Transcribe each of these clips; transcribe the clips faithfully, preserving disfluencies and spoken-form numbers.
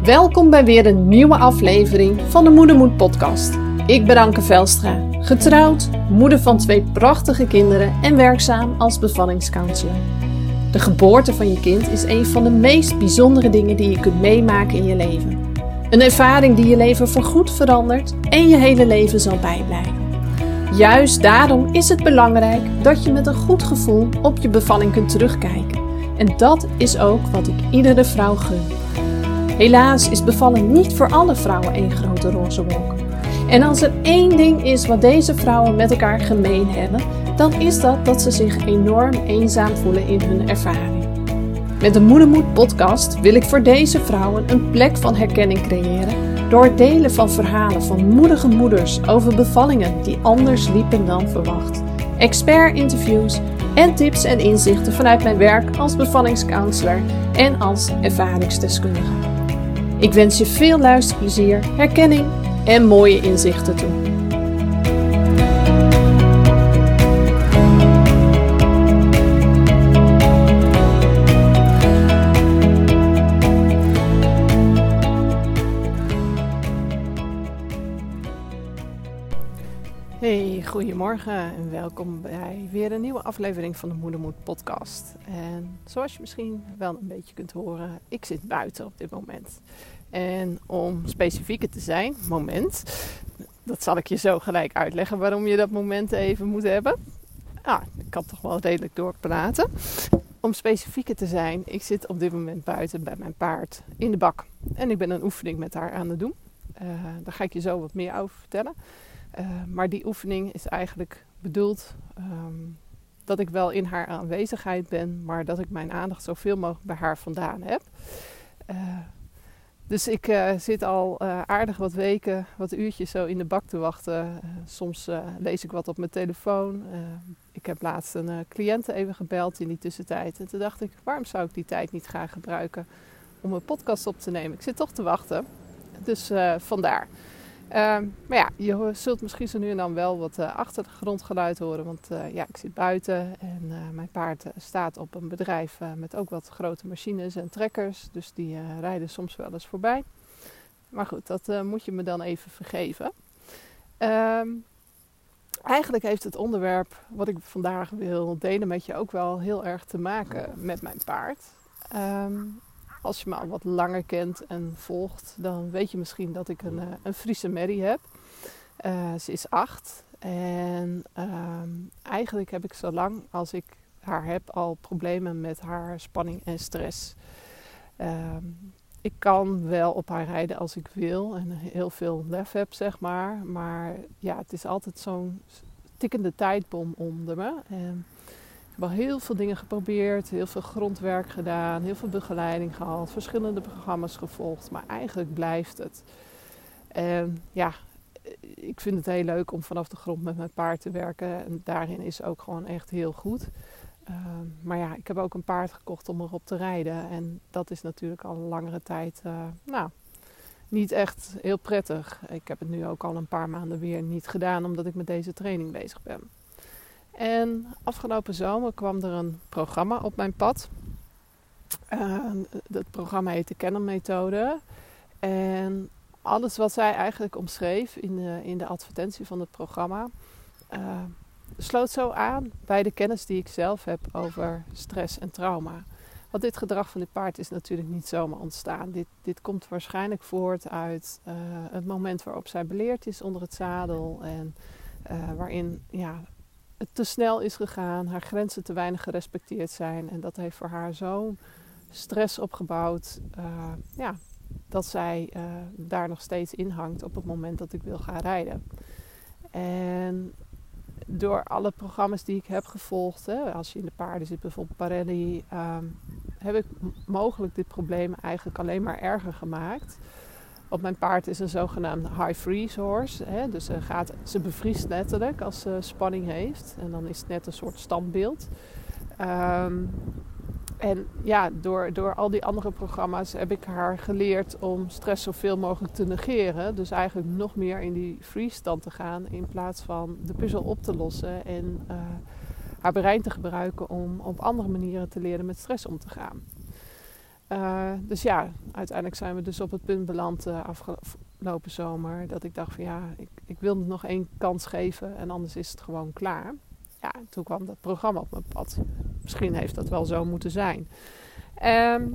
Welkom bij weer een nieuwe aflevering van de Moedermoed podcast. Ik ben Anke Velstra, getrouwd, moeder van twee prachtige kinderen en werkzaam als bevallingscounselor. De geboorte van je kind is een van de meest bijzondere dingen die je kunt meemaken in je leven. Een ervaring die je leven voorgoed verandert en je hele leven zal bijblijven. Juist daarom is het belangrijk dat je met een goed gevoel op je bevalling kunt terugkijken. En dat is ook wat ik iedere vrouw gun. Helaas is bevallen niet voor alle vrouwen één grote roze wolk. En als er één ding is wat deze vrouwen met elkaar gemeen hebben, dan is dat dat ze zich enorm eenzaam voelen in hun ervaring. Met de Moedermoed podcast wil ik voor deze vrouwen een plek van herkenning creëren door het delen van verhalen van moedige moeders over bevallingen die anders liepen dan verwacht. Expert-interviews en tips en inzichten vanuit mijn werk als bevallingscounselor en als ervaringsdeskundige. Ik wens je veel luisterplezier, herkenning en mooie inzichten toe. Hey, goedemorgen en welkom bij weer een nieuwe aflevering van de Moedermoed podcast. En zoals je misschien wel een beetje kunt horen, ik zit buiten op dit moment. En om specifieker te zijn, moment, dat zal ik je zo gelijk uitleggen waarom je dat moment even moet hebben. Ah, ik kan toch wel redelijk doorpraten. Om specifieker te zijn, ik zit op dit moment buiten bij mijn paard in de bak. En ik ben een oefening met haar aan het doen. Uh, daar ga ik je zo wat meer over vertellen. Uh, maar die oefening is eigenlijk bedoeld um, dat ik wel in haar aanwezigheid ben, maar dat ik mijn aandacht zoveel mogelijk bij haar vandaan heb. Uh, dus ik uh, zit al uh, aardig wat weken, wat uurtjes zo in de bak te wachten. Uh, soms uh, lees ik wat op mijn telefoon. Uh, ik heb laatst een uh, cliënte even gebeld in die tussentijd. En toen dacht ik, waarom zou ik die tijd niet gaan gebruiken om een podcast op te nemen? Ik zit toch te wachten, dus uh, vandaar. Uh, maar ja, je zult misschien zo nu en dan wel wat uh, achtergrondgeluid horen. Want uh, ja, ik zit buiten en uh, mijn paard uh, staat op een bedrijf uh, met ook wat grote machines en trekkers. Dus die uh, rijden soms wel eens voorbij. Maar goed, dat uh, moet je me dan even vergeven. Uh, eigenlijk heeft het onderwerp wat ik vandaag wil delen met je ook wel heel erg te maken met mijn paard. Um, Als je me al wat langer kent en volgt, dan weet je misschien dat ik een, uh, een Friese merrie heb. Uh, ze is acht en uh, eigenlijk heb ik zo lang als ik haar heb al problemen met haar spanning en stress. Uh, ik kan wel op haar rijden als ik wil en heel veel lef heb, zeg maar. Maar ja, het is altijd zo'n tikkende tijdbom onder me. En ik heb al heel veel dingen geprobeerd, heel veel grondwerk gedaan, heel veel begeleiding gehad, verschillende programma's gevolgd, maar eigenlijk blijft het. En ja, ik vind het heel leuk om vanaf de grond met mijn paard te werken en daarin is ook gewoon echt heel goed. Uh, maar ja, ik heb ook een paard gekocht om erop te rijden en dat is natuurlijk al een langere tijd, uh, nou, niet echt heel prettig. Ik heb het nu ook al een paar maanden weer niet gedaan omdat ik met deze training bezig ben. En afgelopen zomer kwam er een programma op mijn pad. Uh, dat programma heet de Kennermethode. En alles wat zij eigenlijk omschreef in de, in de advertentie van het programma Uh, sloot zo aan bij de kennis die ik zelf heb over stress en trauma. Want dit gedrag van dit paard is natuurlijk niet zomaar ontstaan. Dit, dit komt waarschijnlijk voort uit uh, het moment waarop zij beleerd is onder het zadel. En uh, waarin ja, het te snel is gegaan, haar grenzen te weinig gerespecteerd zijn. En dat heeft voor haar zo'n stress opgebouwd, uh, ja, dat zij uh, daar nog steeds in hangt op het moment dat ik wil gaan rijden. En door alle programma's die ik heb gevolgd, hè, als je in de paarden zit, bijvoorbeeld Parelli, um, heb ik mogelijk dit probleem eigenlijk alleen maar erger gemaakt. Want mijn paard is een zogenaamde high freeze horse. Hè? Dus ze, gaat, ze bevriest letterlijk als ze spanning heeft. En dan is het net een soort standbeeld. Um, en ja, door, door al die andere programma's heb ik haar geleerd om stress zoveel mogelijk te negeren. Dus eigenlijk nog meer in die freeze stand te gaan in plaats van de puzzel op te lossen. En uh, haar brein te gebruiken om op andere manieren te leren met stress om te gaan. uh, dus ja, uiteindelijk zijn we dus op het punt beland uh, afgelopen zomer. Dat ik dacht van ja, ik, ik wil het nog één kans geven en anders is het gewoon klaar. Ja, en toen kwam dat programma op mijn pad. Misschien heeft dat wel zo moeten zijn. Um,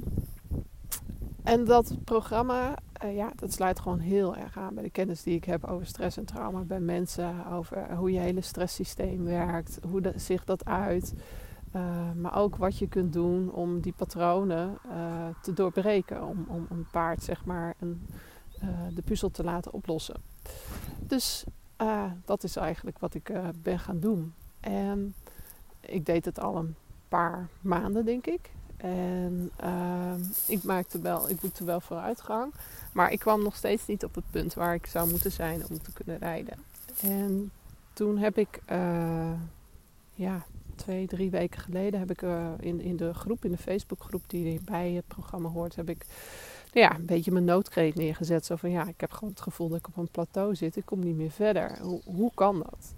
en dat programma, uh, ja, dat sluit gewoon heel erg aan bij de kennis die ik heb over stress en trauma bij mensen. Over hoe je hele stresssysteem werkt, hoe de, zich dat uit. Uh, maar ook wat je kunt doen om die patronen uh, te doorbreken. Om, om een paard zeg maar een, uh, de puzzel te laten oplossen. Dus uh, dat is eigenlijk wat ik uh, ben gaan doen. En ik deed het al een paar maanden denk ik. En uh, ik maakte wel, ik boekte wel vooruitgang. Maar ik kwam nog steeds niet op het punt waar ik zou moeten zijn om te kunnen rijden. En toen heb ik, uh, ja, twee, drie weken geleden heb ik uh, in, in de groep, in de Facebookgroep die bij het programma hoort, heb ik ja, een beetje mijn noodkreet neergezet. Zo van ja, ik heb gewoon het gevoel dat ik op een plateau zit. Ik kom niet meer verder. Hoe, hoe kan dat?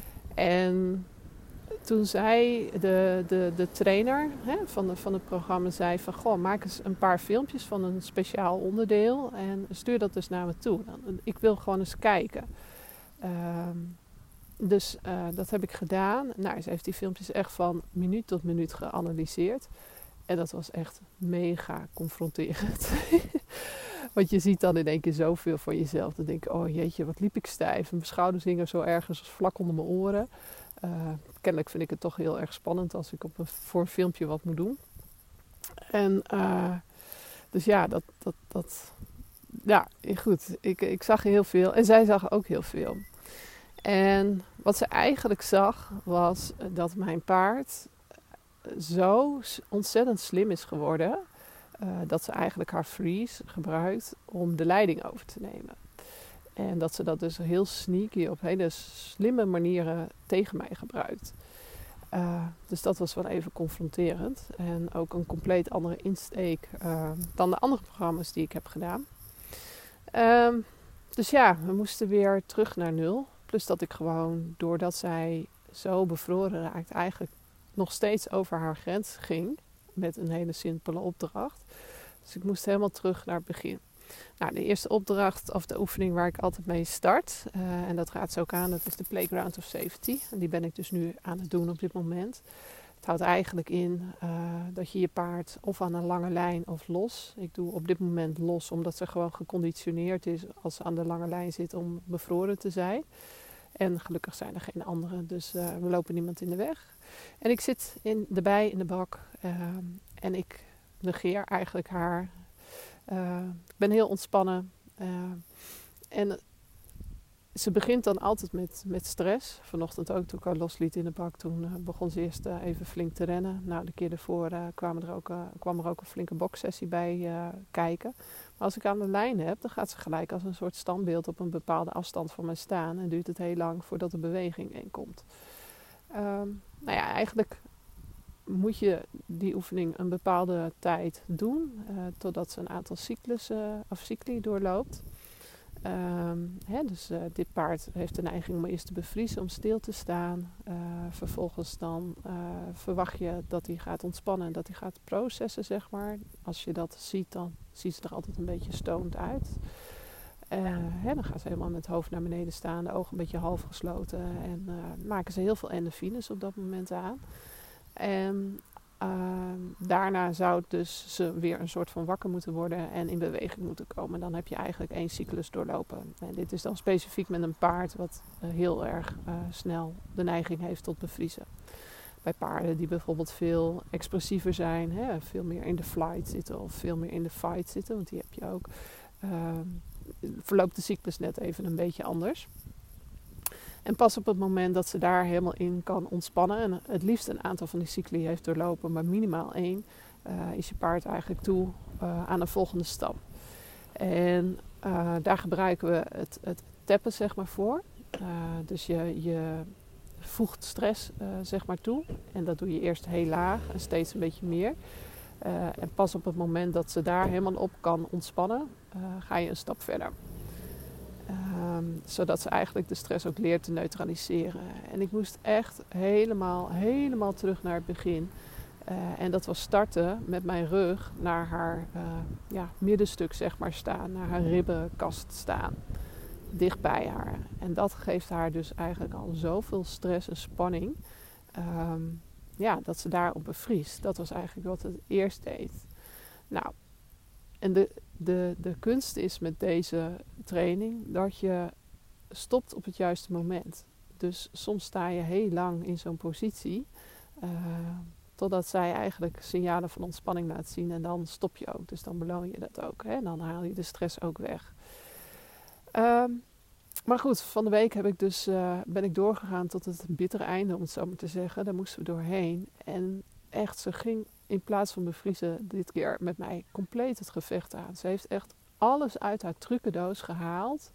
En toen zei de, de, de trainer hè, van, de, van het programma zei van goh, maak eens een paar filmpjes van een speciaal onderdeel en stuur dat dus naar me toe. Dan, ik wil gewoon eens kijken. Um, dus uh, dat heb ik gedaan. Nou, ze heeft die filmpjes echt van minuut tot minuut geanalyseerd. En dat was echt mega confronterend. Want je ziet dan in één keer zoveel van jezelf. Dan denk ik, oh jeetje, wat liep ik stijf. En mijn schouders hingen zo ergens vlak onder mijn oren. Uh, kennelijk vind ik het toch heel erg spannend als ik op een, voor een filmpje wat moet doen. En uh, dus ja, dat, dat, dat, ja, goed. Ik, ik zag heel veel. En zij zag ook heel veel. En wat ze eigenlijk zag was dat mijn paard zo ontzettend slim is geworden. Uh, dat ze eigenlijk haar freeze gebruikt om de leiding over te nemen. En dat ze dat dus heel sneaky op hele slimme manieren tegen mij gebruikt. Uh, dus dat was wel even confronterend. En ook een compleet andere insteek uh, dan de andere programma's die ik heb gedaan. Um, dus ja, we moesten weer terug naar nul. Plus dat ik gewoon, doordat zij zo bevroren raakt, eigenlijk nog steeds over haar grens ging. Met een hele simpele opdracht. Dus ik moest helemaal terug naar het begin. Nou, de eerste opdracht of de oefening waar ik altijd mee start. Uh, en dat gaat ze ook aan, dat is de Playground of Safety. En die ben ik dus nu aan het doen op dit moment. Het houdt eigenlijk in uh, dat je je paard of aan een lange lijn of los. Ik doe op dit moment los, omdat ze gewoon geconditioneerd is als ze aan de lange lijn zit om bevroren te zijn. En gelukkig zijn er geen anderen, dus uh, we lopen niemand in de weg. En ik zit in, erbij in de bak uh, en ik negeer eigenlijk haar. Uh, ik ben heel ontspannen. Uh, en ze begint dan altijd met, met stress. Vanochtend ook, toen ik haar losliet in de bak, toen uh, begon ze eerst uh, even flink te rennen. Nou, de keer daarvoor uh, kwam, er ook, uh, kwam er ook een flinke boksessie bij uh, kijken. Maar als ik aan de lijn heb, dan gaat ze gelijk als een soort standbeeld op een bepaalde afstand van mij staan. En duurt het heel lang voordat er beweging in komt. Um, nou ja, eigenlijk moet je die oefening een bepaalde tijd doen. Uh, totdat ze een aantal cyclussen of cycli doorloopt. Um, hè, dus uh, dit paard heeft de neiging om eerst te bevriezen, om stil te staan. Uh, vervolgens dan uh, verwacht je dat hij gaat ontspannen en dat hij gaat processen, zeg maar. Als je dat ziet, dan ziet ze er altijd een beetje stoned uit. Uh, hè, dan gaan ze helemaal met het hoofd naar beneden staan, de ogen een beetje half gesloten. En uh, maken ze heel veel endorfines op dat moment aan. En uh, daarna zou dus ze weer een soort van wakker moeten worden en in beweging moeten komen. Dan heb je eigenlijk één cyclus doorlopen. En dit is dan specifiek met een paard wat uh, heel erg uh, snel de neiging heeft tot bevriezen. Bij paarden die bijvoorbeeld veel expressiever zijn, hè, veel meer in de flight zitten of veel meer in de fight zitten, want die heb je ook. Uh, verloopt de cyclus net even een beetje anders. En pas op het moment dat ze daar helemaal in kan ontspannen, en het liefst een aantal van die cycli heeft doorlopen, maar minimaal één, uh, is je paard eigenlijk toe uh, aan een volgende stap. En uh, daar gebruiken we het, het tappen zeg maar voor. Uh, dus je, je voegt stress uh, zeg maar toe. En dat doe je eerst heel laag en steeds een beetje meer. Uh, en pas op het moment dat ze daar helemaal op kan ontspannen, uh, ga je een stap verder. Um, zodat ze eigenlijk de stress ook leert te neutraliseren. En ik moest echt helemaal, helemaal terug naar het begin. Uh, en dat was starten met mijn rug naar haar uh, ja, middenstuk zeg maar staan. Naar haar ribbenkast staan. Dicht bij haar. En dat geeft haar dus eigenlijk al zoveel stress en spanning. Um, ja, dat ze daarop bevriest. Dat was eigenlijk wat het eerst deed. Nou, en de, de, de kunst is met deze training dat je stopt op het juiste moment. Dus soms sta je heel lang in zo'n positie. Uh, totdat zij eigenlijk signalen van ontspanning laat zien. En dan stop je ook. Dus dan beloon je dat ook. Hè? En dan haal je de stress ook weg. Um, maar goed, van de week heb ik dus, uh, ben ik doorgegaan tot het bittere einde, om het zo maar te zeggen. Daar moesten we doorheen. En echt, ze ging in plaats van bevriezen dit keer met mij compleet het gevecht aan. Ze heeft echt alles uit haar trucendoos gehaald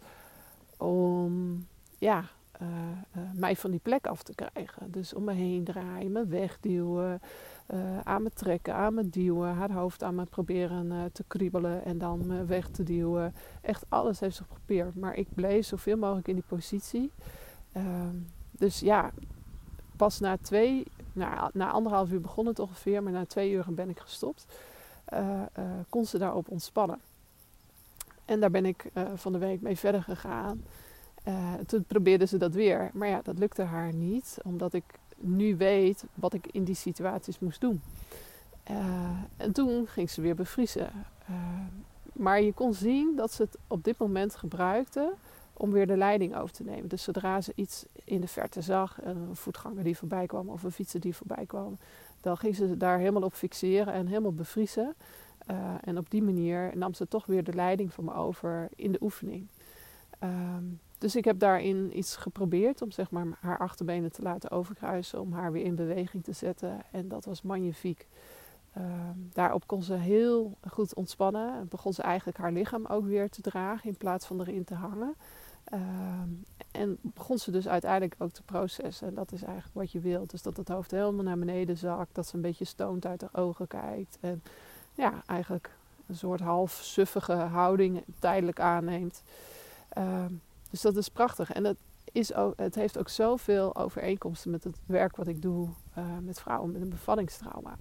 om ja, uh, uh, mij van die plek af te krijgen. Dus om me heen draaien, me wegduwen, uh, aan me trekken, aan me duwen, haar hoofd aan me proberen uh, te kriebelen en dan me weg te duwen. Echt alles heeft ze geprobeerd, maar ik bleef zoveel mogelijk in die positie. Uh, dus ja, pas na twee, nou, na anderhalf uur begon het ongeveer, maar na twee uur ben ik gestopt. Uh, uh, kon ze daarop ontspannen. En daar ben ik uh, van de week mee verder gegaan. Uh, toen probeerde ze dat weer. Maar ja, dat lukte haar niet. Omdat ik nu weet wat ik in die situaties moest doen. Uh, en toen ging ze weer bevriezen. Uh, maar je kon zien dat ze het op dit moment gebruikte om weer de leiding over te nemen. Dus zodra ze iets in de verte zag, een voetganger die voorbij kwam of een fietser die voorbij kwam, dan ging ze daar helemaal op fixeren en helemaal bevriezen. Uh, en op die manier nam ze toch weer de leiding van me over in de oefening. Um, dus ik heb daarin iets geprobeerd om zeg maar haar achterbenen te laten overkruisen, om haar weer in beweging te zetten. En dat was magnifiek. Um, daarop kon ze heel goed ontspannen. En begon ze eigenlijk haar lichaam ook weer te dragen in plaats van erin te hangen. Um, en begon ze dus uiteindelijk ook te processen. En dat is eigenlijk wat je wilt. Dus dat het hoofd helemaal naar beneden zakt. Dat ze een beetje stoont uit haar ogen kijkt. En ja, eigenlijk een soort half suffige houding tijdelijk aanneemt. Um, dus dat is prachtig. En het, is ook, het heeft ook zoveel overeenkomsten met het werk wat ik doe uh, met vrouwen met een bevallingstrauma.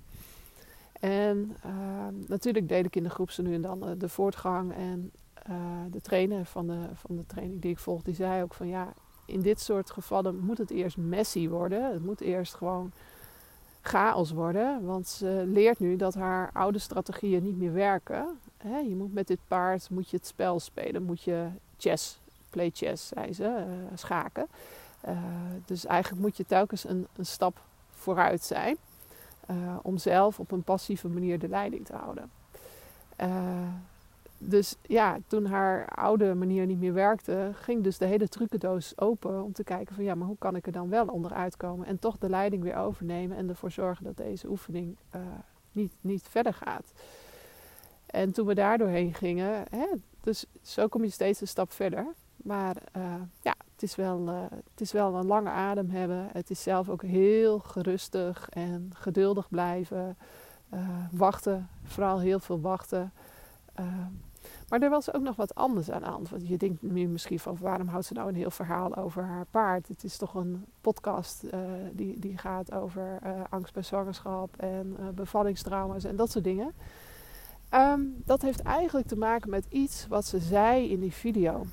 En uh, natuurlijk deel ik in de groep zo nu en dan uh, de voortgang. En uh, de trainer van de, van de training die ik volg, die zei ook van ja, in dit soort gevallen moet het eerst messy worden. Het moet eerst gewoon chaos worden. Want ze leert nu dat haar oude strategieën niet meer werken. Hè, je moet met dit paard moet je het spel spelen. Moet je chess, play chess, zei ze, uh, schaken. Uh, dus eigenlijk moet je telkens een, een stap vooruit zijn. Uh, om zelf op een passieve manier de leiding te houden. Uh, dus ja, toen haar oude manier niet meer werkte, ging dus de hele trucendoos open om te kijken van ja, maar hoe kan ik er dan wel onderuit komen en toch de leiding weer overnemen en ervoor zorgen dat deze oefening uh, niet, niet verder gaat. En toen we daar doorheen gingen, hè, dus zo kom je steeds een stap verder. Maar uh, ja, het is, wel, uh, het is wel een lange adem hebben. Het is zelf ook heel gerustig en geduldig blijven. Uh, wachten, vooral heel veel wachten. Uh, maar er was ook nog wat anders aan de hand. Want je denkt nu misschien van waarom houdt ze nou een heel verhaal over haar paard? Het is toch een podcast uh, die, die gaat over uh, angst bij zwangerschap en uh, bevallingstrauma's en dat soort dingen. Um, dat heeft eigenlijk te maken met iets wat ze zei in die video.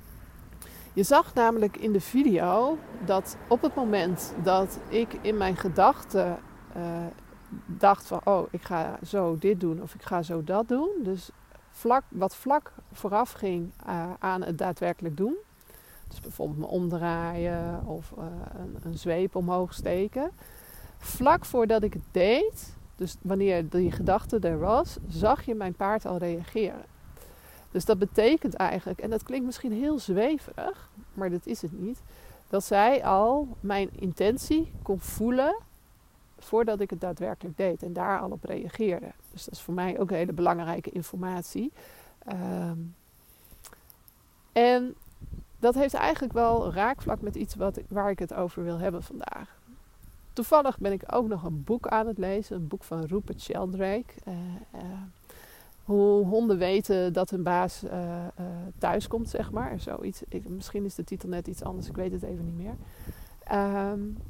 Je zag namelijk in de video dat op het moment dat ik in mijn gedachten uh, dacht van oh, ik ga zo dit doen of ik ga zo dat doen. Dus vlak, wat vlak vooraf ging uh, aan het daadwerkelijk doen. Dus bijvoorbeeld me omdraaien of uh, een, een zweep omhoog steken. Vlak voordat ik het deed, dus wanneer die gedachte er was, zag je mijn paard al reageren. Dus dat betekent eigenlijk, en dat klinkt misschien heel zweverig, maar dat is het niet, dat zij al mijn intentie kon voelen voordat ik het daadwerkelijk deed en daar al op reageerde. Dus dat is voor mij ook hele belangrijke informatie. Um, en dat heeft eigenlijk wel raakvlak met iets wat, waar ik het over wil hebben vandaag. Toevallig ben ik ook nog een boek aan het lezen, een boek van Rupert Sheldrake. Uh, uh, Hoe honden weten dat hun baas uh, uh, thuis komt, zeg maar. Zoiets. Ik, misschien is de titel net iets anders, ik weet het even niet meer. Um,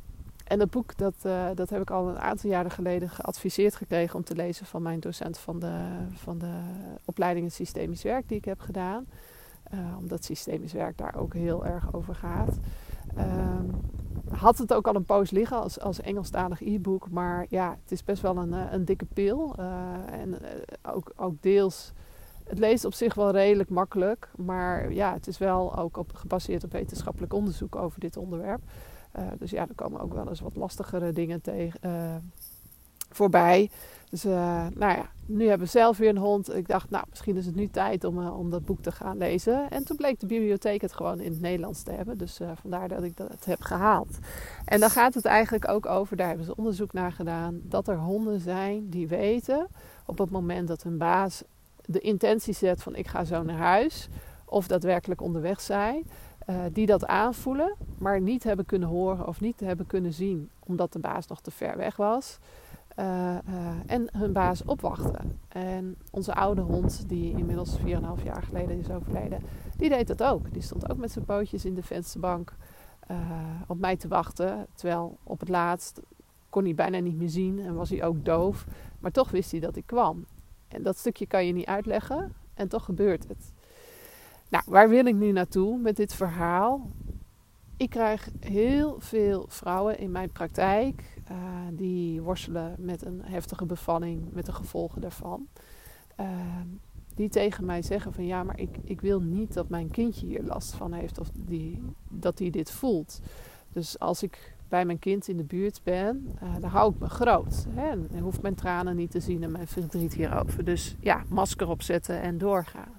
En dat boek, dat, uh, dat heb ik al een aantal jaren geleden geadviseerd gekregen om te lezen van mijn docent van de, van de opleiding in systemisch werk die ik heb gedaan. Uh, omdat systemisch werk daar ook heel erg over gaat. Um, had het ook al een poos liggen als, als Engelstalig e-book. Maar ja, het is best wel een, een dikke pil. Uh, en uh, ook, ook deels... Het leest op zich wel redelijk makkelijk. Maar ja, het is wel ook op, gebaseerd op wetenschappelijk onderzoek over dit onderwerp. Uh, dus ja, er komen ook wel eens wat lastigere dingen tegen, uh, voorbij. Dus uh, nou ja, nu hebben we zelf weer een hond. Ik dacht, nou, misschien is het nu tijd om, uh, om dat boek te gaan lezen. En toen bleek de bibliotheek het gewoon in het Nederlands te hebben. Dus uh, vandaar dat ik dat heb gehaald. En dan gaat het eigenlijk ook over, daar hebben ze onderzoek naar gedaan, dat er honden zijn die weten op het moment dat hun baas de intentie zet van ik ga zo naar huis, of daadwerkelijk onderweg zijn, uh, die dat aanvoelen, maar niet hebben kunnen horen of niet hebben kunnen zien, omdat de baas nog te ver weg was. Uh, uh, en hun baas opwachten. En onze oude hond, die inmiddels vier en een half jaar geleden is overleden, die deed dat ook. Die stond ook met zijn pootjes in de vensterbank uh, op mij te wachten. Terwijl op het laatst kon hij bijna niet meer zien en was hij ook doof. Maar toch wist hij dat ik kwam. En dat stukje kan je niet uitleggen en toch gebeurt het. Nou, waar wil ik nu naartoe met dit verhaal? Ik krijg heel veel vrouwen in mijn praktijk uh, die worstelen met een heftige bevalling, met de gevolgen daarvan. Uh, die tegen mij zeggen van ja, maar ik, ik wil niet dat mijn kindje hier last van heeft of die, dat hij dit voelt. Dus als ik bij mijn kind in de buurt ben, uh, dan hou ik me groot. Hè? En dan hoeft mijn tranen niet te zien en mijn verdriet hierover. Dus ja, masker opzetten en doorgaan.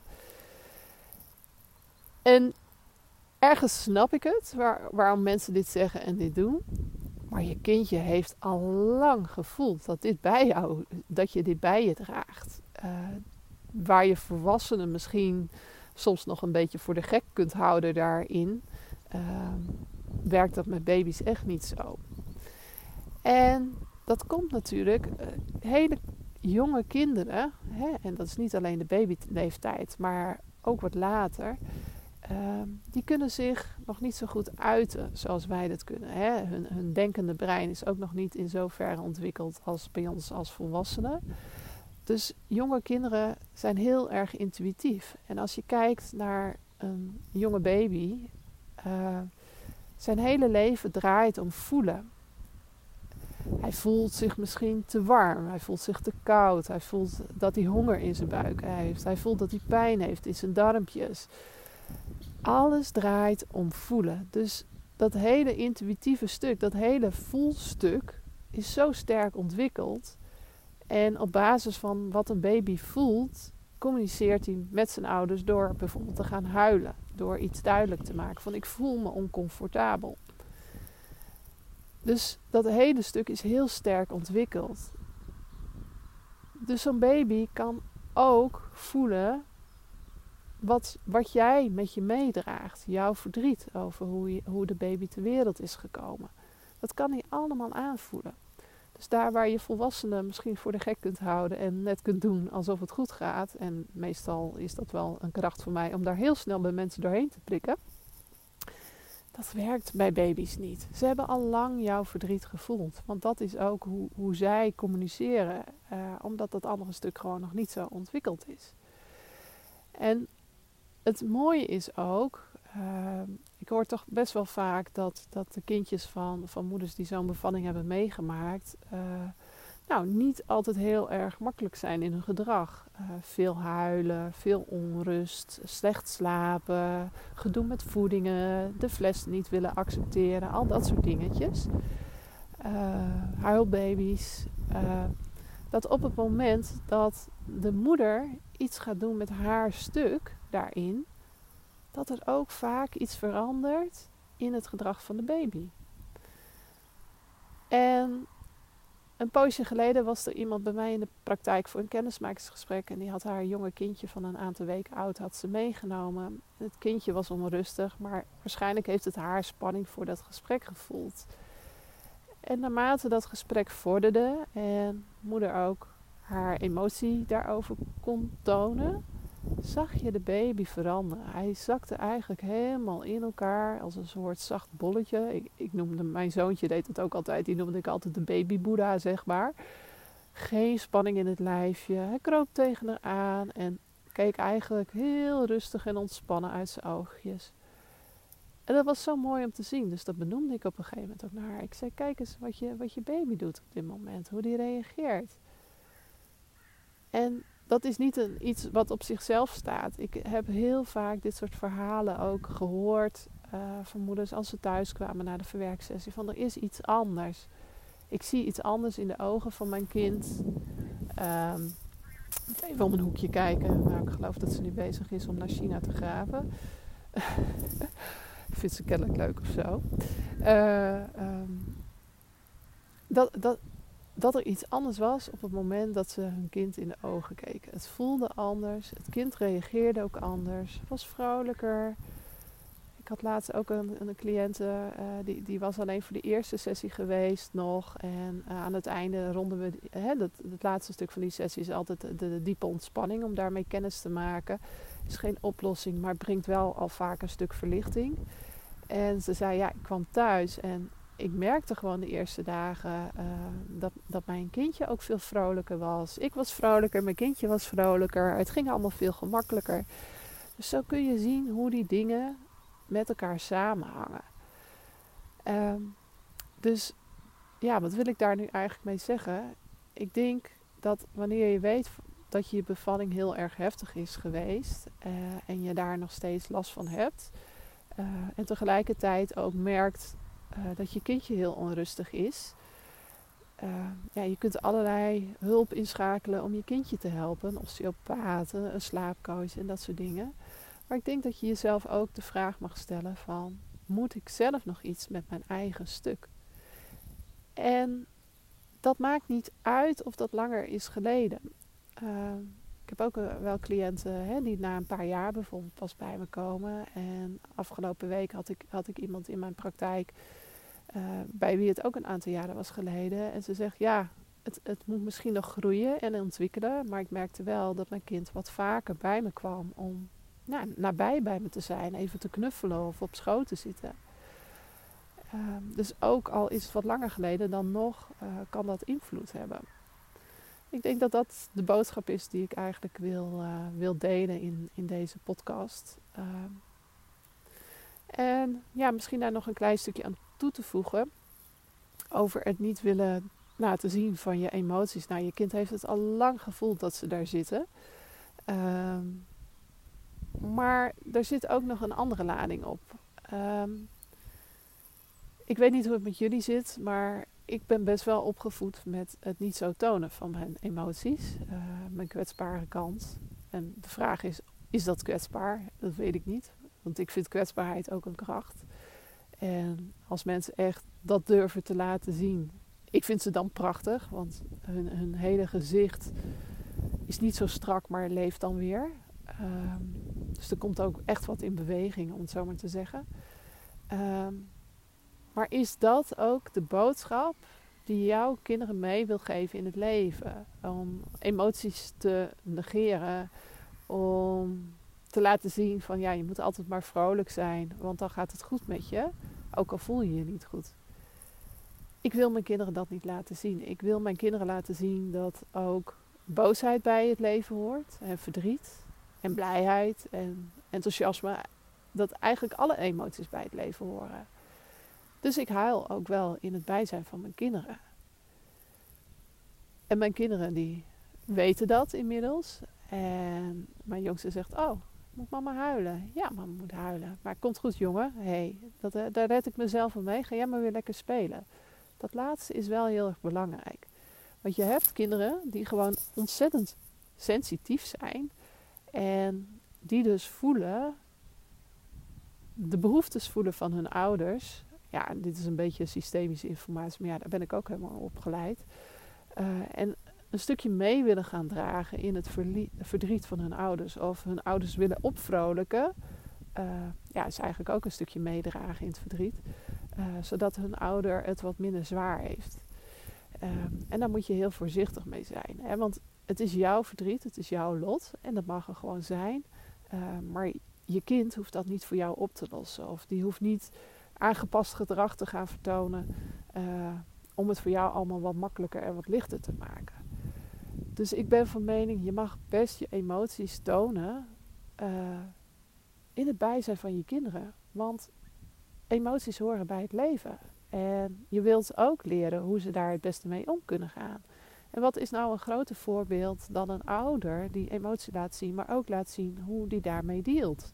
En ergens snap ik het, waar, waarom mensen dit zeggen en dit doen. Maar je kindje heeft al lang gevoeld dat, dit bij jou, dat je dit bij je draagt. Uh, waar je volwassenen misschien soms nog een beetje voor de gek kunt houden daarin, uh, werkt dat met baby's echt niet zo. En dat komt natuurlijk, uh, hele jonge kinderen, hè, en dat is niet alleen de babyleeftijd, maar ook wat later, Uh, die kunnen zich nog niet zo goed uiten zoals wij dat kunnen. Hè? Hun, hun denkende brein is ook nog niet in zoverre ontwikkeld als bij ons als volwassenen. Dus jonge kinderen zijn heel erg intuïtief. En als je kijkt naar een jonge baby, uh, zijn hele leven draait om voelen. Hij voelt zich misschien te warm, hij voelt zich te koud, hij voelt dat hij honger in zijn buik heeft, hij voelt dat hij pijn heeft in zijn darmpjes. Alles draait om voelen. Dus dat hele intuïtieve stuk, dat hele voelstuk is zo sterk ontwikkeld. En op basis van wat een baby voelt, communiceert hij met zijn ouders door bijvoorbeeld te gaan huilen. Door iets duidelijk te maken van ik voel me oncomfortabel. Dus dat hele stuk is heel sterk ontwikkeld. Dus zo'n baby kan ook voelen Wat, wat jij met je meedraagt, jouw verdriet over hoe, je, hoe de baby ter wereld is gekomen. Dat kan hij allemaal aanvoelen. Dus daar waar je volwassenen misschien voor de gek kunt houden en net kunt doen alsof het goed gaat. En meestal is dat wel een kracht voor mij om daar heel snel bij mensen doorheen te prikken. Dat werkt bij baby's niet. Ze hebben al lang jouw verdriet gevoeld. Want dat is ook hoe, hoe zij communiceren. Uh, omdat dat andere stuk gewoon nog niet zo ontwikkeld is. En het mooie is ook, uh, ik hoor toch best wel vaak dat, dat de kindjes van, van moeders die zo'n bevalling hebben meegemaakt, uh, nou niet altijd heel erg makkelijk zijn in hun gedrag. Uh, veel huilen, veel onrust, slecht slapen, gedoe met voedingen, de fles niet willen accepteren, al dat soort dingetjes. Uh, huilbaby's. Uh, dat op het moment dat de moeder iets gaat doen met haar stuk daarin, dat er ook vaak iets verandert in het gedrag van de baby. En een poosje geleden was er iemand bij mij in de praktijk voor een kennismakingsgesprek en die had haar jonge kindje van een aantal weken oud had ze meegenomen. Het kindje was onrustig, maar waarschijnlijk heeft het haar spanning voor dat gesprek gevoeld. En naarmate dat gesprek vorderde en moeder ook haar emotie daarover kon tonen, zag je de baby veranderen. Hij zakte eigenlijk helemaal in elkaar als een soort zacht bolletje. Ik, ik noemde, mijn zoontje deed het ook altijd, die noemde ik altijd de baby Boeddha, zeg maar. Geen spanning in het lijfje. Hij kroop tegen haar aan en keek eigenlijk heel rustig en ontspannen uit zijn oogjes. En dat was zo mooi om te zien, dus dat benoemde ik op een gegeven moment ook naar haar. Ik zei, kijk eens wat je, wat je baby doet op dit moment, hoe die reageert. En dat is niet een, iets wat op zichzelf staat. Ik heb heel vaak dit soort verhalen ook gehoord uh, van moeders als ze thuis kwamen na de verwerksessie. Van er is iets anders. Ik zie iets anders in de ogen van mijn kind. Um, even om een hoekje kijken. Nou, ik geloof dat ze nu bezig is om naar China te graven. Ik vind ze kennelijk leuk of zo. Uh, um, dat, dat, dat er iets anders was op het moment dat ze hun kind in de ogen keken. Het voelde anders. Het kind reageerde ook anders. Was vrolijker. Ik had laatst ook een, een cliënte, uh, die, die was alleen voor de eerste sessie geweest nog. En uh, aan het einde ronden we, hè, dat, het laatste stuk van die sessie is altijd de, de diepe ontspanning. Om daarmee kennis te maken. Het is geen oplossing, maar het brengt wel al vaak een stuk verlichting. En ze zei, ja, ik kwam thuis en ik merkte gewoon de eerste dagen uh, dat, dat mijn kindje ook veel vrolijker was. Ik was vrolijker, mijn kindje was vrolijker. Het ging allemaal veel gemakkelijker. Dus zo kun je zien hoe die dingen met elkaar samenhangen. Um, dus ja, wat wil ik daar nu eigenlijk mee zeggen? Ik denk dat wanneer je weet dat je bevalling heel erg heftig is geweest uh, en je daar nog steeds last van hebt uh, en tegelijkertijd ook merkt uh, dat je kindje heel onrustig is, uh, ja, je kunt allerlei hulp inschakelen om je kindje te helpen, osteopaten, een slaapcoach en dat soort dingen. Maar ik denk dat je jezelf ook de vraag mag stellen van, moet ik zelf nog iets met mijn eigen stuk? En dat maakt niet uit of dat langer is geleden. Uh, ik heb ook uh, wel cliënten hè, die na een paar jaar bijvoorbeeld pas bij me komen. En afgelopen week had ik, had ik iemand in mijn praktijk uh, bij wie het ook een aantal jaren was geleden. En ze zegt, ja, het, het moet misschien nog groeien en ontwikkelen. Maar ik merkte wel dat mijn kind wat vaker bij me kwam om nou, nabij bij me te zijn. Even te knuffelen of op schoot te zitten. Uh, dus ook al is het wat langer geleden dan nog, uh, kan dat invloed hebben. Ik denk dat dat de boodschap is die ik eigenlijk wil, uh, wil delen in, in deze podcast. Uh, en ja, misschien daar nog een klein stukje aan toe te voegen. Over het niet willen laten zien van je emoties. Nou, je kind heeft het al lang gevoeld dat ze daar zitten. Uh, maar er zit ook nog een andere lading op. Uh, ik weet niet hoe het met jullie zit, maar ik ben best wel opgevoed met het niet zo tonen van mijn emoties. Uh, mijn kwetsbare kant. En de vraag is, is dat kwetsbaar? Dat weet ik niet. Want ik vind kwetsbaarheid ook een kracht. En als mensen echt dat durven te laten zien. Ik vind ze dan prachtig. Want hun, hun hele gezicht is niet zo strak, maar leeft dan weer. Uh, dus er komt ook echt wat in beweging, om het zo maar te zeggen. Uh, maar is dat ook de boodschap die jouw kinderen mee wil geven in het leven? Om emoties te negeren. Om te laten zien van ja, je moet altijd maar vrolijk zijn. Want dan gaat het goed met je. Ook al voel je je niet goed. Ik wil mijn kinderen dat niet laten zien. Ik wil mijn kinderen laten zien dat ook boosheid bij het leven hoort. En verdriet. En blijheid. En enthousiasme. Dat eigenlijk alle emoties bij het leven horen. Dus ik huil ook wel in het bijzijn van mijn kinderen. En mijn kinderen die weten dat inmiddels. En mijn jongste zegt, oh, moet mama huilen? Ja, mama moet huilen. Maar komt goed jongen, hey, dat, uh, daar red ik mezelf van mee. Ga jij maar weer lekker spelen. Dat laatste is wel heel erg belangrijk. Want je hebt kinderen die gewoon ontzettend sensitief zijn. En die dus voelen, de behoeftes voelen van hun ouders. Ja, dit is een beetje systemische informatie, maar ja, daar ben ik ook helemaal op opgeleid. Uh, en een stukje mee willen gaan dragen in het verlie- verdriet van hun ouders. Of hun ouders willen opvrolijken. Uh, ja, is eigenlijk ook een stukje meedragen in het verdriet. Uh, zodat hun ouder het wat minder zwaar heeft. Um, en daar moet je heel voorzichtig mee zijn. Hè? Want het is jouw verdriet, het is jouw lot. En dat mag er gewoon zijn. Uh, maar je kind hoeft dat niet voor jou op te lossen. Of die hoeft niet aangepast gedrag te gaan vertonen. Uh, om het voor jou allemaal wat makkelijker en wat lichter te maken. Dus ik ben van mening, je mag best je emoties tonen uh, in het bijzijn van je kinderen. Want emoties horen bij het leven. En je wilt ook leren hoe ze daar het beste mee om kunnen gaan. En wat is nou een groter voorbeeld dan een ouder die emotie laat zien, maar ook laat zien hoe die daarmee dealt.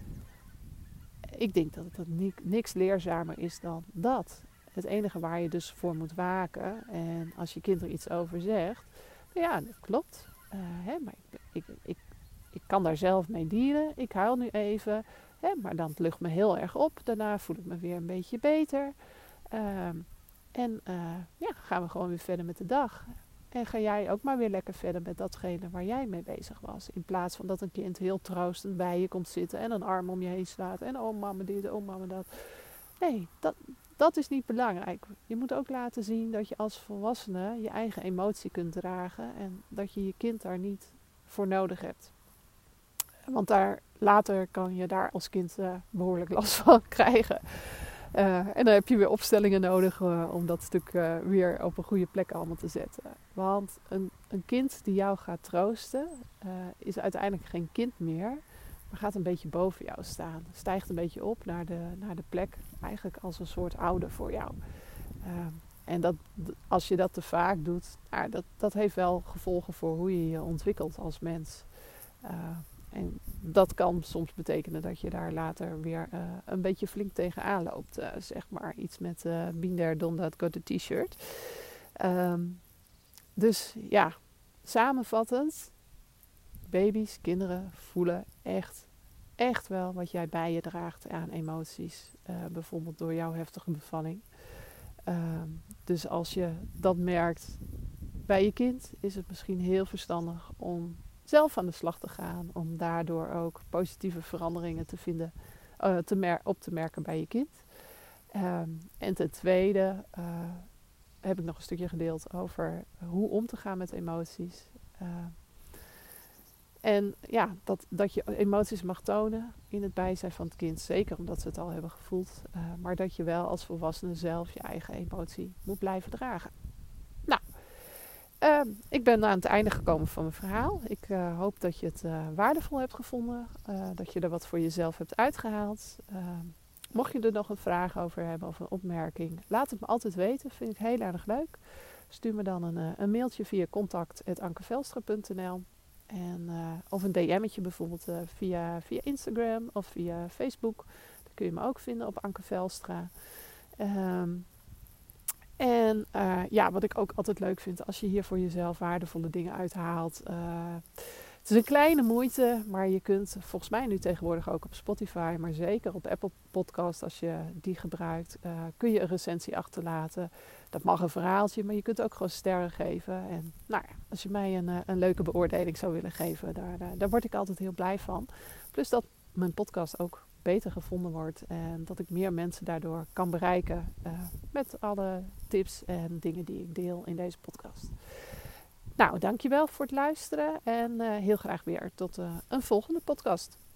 Ik denk dat het niks leerzamer is dan dat. Het enige waar je dus voor moet waken, en als je kind er iets over zegt, ja, dat klopt. Uh, hè, maar ik, ik, ik, ik kan daar zelf mee dealen. Ik huil nu even, hè, maar dan lucht me heel erg op. Daarna voel ik me weer een beetje beter. Uh, en uh, ja, gaan we gewoon weer verder met de dag. En ga jij ook maar weer lekker verder met datgene waar jij mee bezig was. In plaats van dat een kind heel troostend bij je komt zitten en een arm om je heen slaat. En oh mama dit, oh mama dat. Nee, dat, dat is niet belangrijk. Je moet ook laten zien dat je als volwassene je eigen emotie kunt dragen. En dat je je kind daar niet voor nodig hebt. Want daar, later kan je daar als kind uh, behoorlijk last van krijgen. Uh, en dan heb je weer opstellingen nodig uh, om dat stuk uh, weer op een goede plek allemaal te zetten. Want een, een kind die jou gaat troosten, uh, is uiteindelijk geen kind meer, maar gaat een beetje boven jou staan. Stijgt een beetje op naar de, naar de plek, eigenlijk als een soort ouder voor jou. Uh, en dat, als je dat te vaak doet, nou, dat, dat heeft wel gevolgen voor hoe je je ontwikkelt als mens. Uh, En dat kan soms betekenen dat je daar later weer uh, een beetje flink tegenaan loopt. Uh, zeg maar iets met uh, been there, done that, got a t-shirt. Um, dus ja, samenvattend. Baby's, kinderen voelen echt, echt wel wat jij bij je draagt aan emoties. Uh, bijvoorbeeld door jouw heftige bevalling. Um, dus als je dat merkt bij je kind, is het misschien heel verstandig om zelf aan de slag te gaan, om daardoor ook positieve veranderingen te vinden, uh, te mer- op te merken bij je kind. Um, en ten tweede uh, heb ik nog een stukje gedeeld over hoe om te gaan met emoties. Uh, en ja, dat, dat je emoties mag tonen in het bijzijn van het kind, zeker omdat ze het al hebben gevoeld, uh, maar dat je wel als volwassene zelf je eigen emotie moet blijven dragen. Nou, Uh, ik ben aan het einde gekomen van mijn verhaal. Ik uh, hoop dat je het uh, waardevol hebt gevonden. Uh, dat je er wat voor jezelf hebt uitgehaald. Uh, mocht je er nog een vraag over hebben of een opmerking, laat het me altijd weten. Vind ik heel erg leuk. Stuur me dan een, uh, een mailtje via contact apenstaartje ankevelstra punt n l. En, uh, of een D M'tje bijvoorbeeld uh, via, via Instagram of via Facebook. Daar kun je me ook vinden op Anke Velstra. Um, En uh, ja, wat ik ook altijd leuk vind, als je hier voor jezelf waardevolle dingen uithaalt. Uh, het is een kleine moeite, maar je kunt volgens mij nu tegenwoordig ook op Spotify, maar zeker op Apple Podcast, als je die gebruikt, uh, kun je een recensie achterlaten. Dat mag een verhaaltje, maar je kunt ook gewoon sterren geven. En nou ja, als je mij een, een leuke beoordeling zou willen geven, daar, daar, daar word ik altijd heel blij van. Plus dat mijn podcast ook beter gevonden wordt en dat ik meer mensen daardoor kan bereiken uh, met alle tips en dingen die ik deel in deze podcast. Nou, dankjewel voor het luisteren en uh, heel graag weer tot uh, een volgende podcast.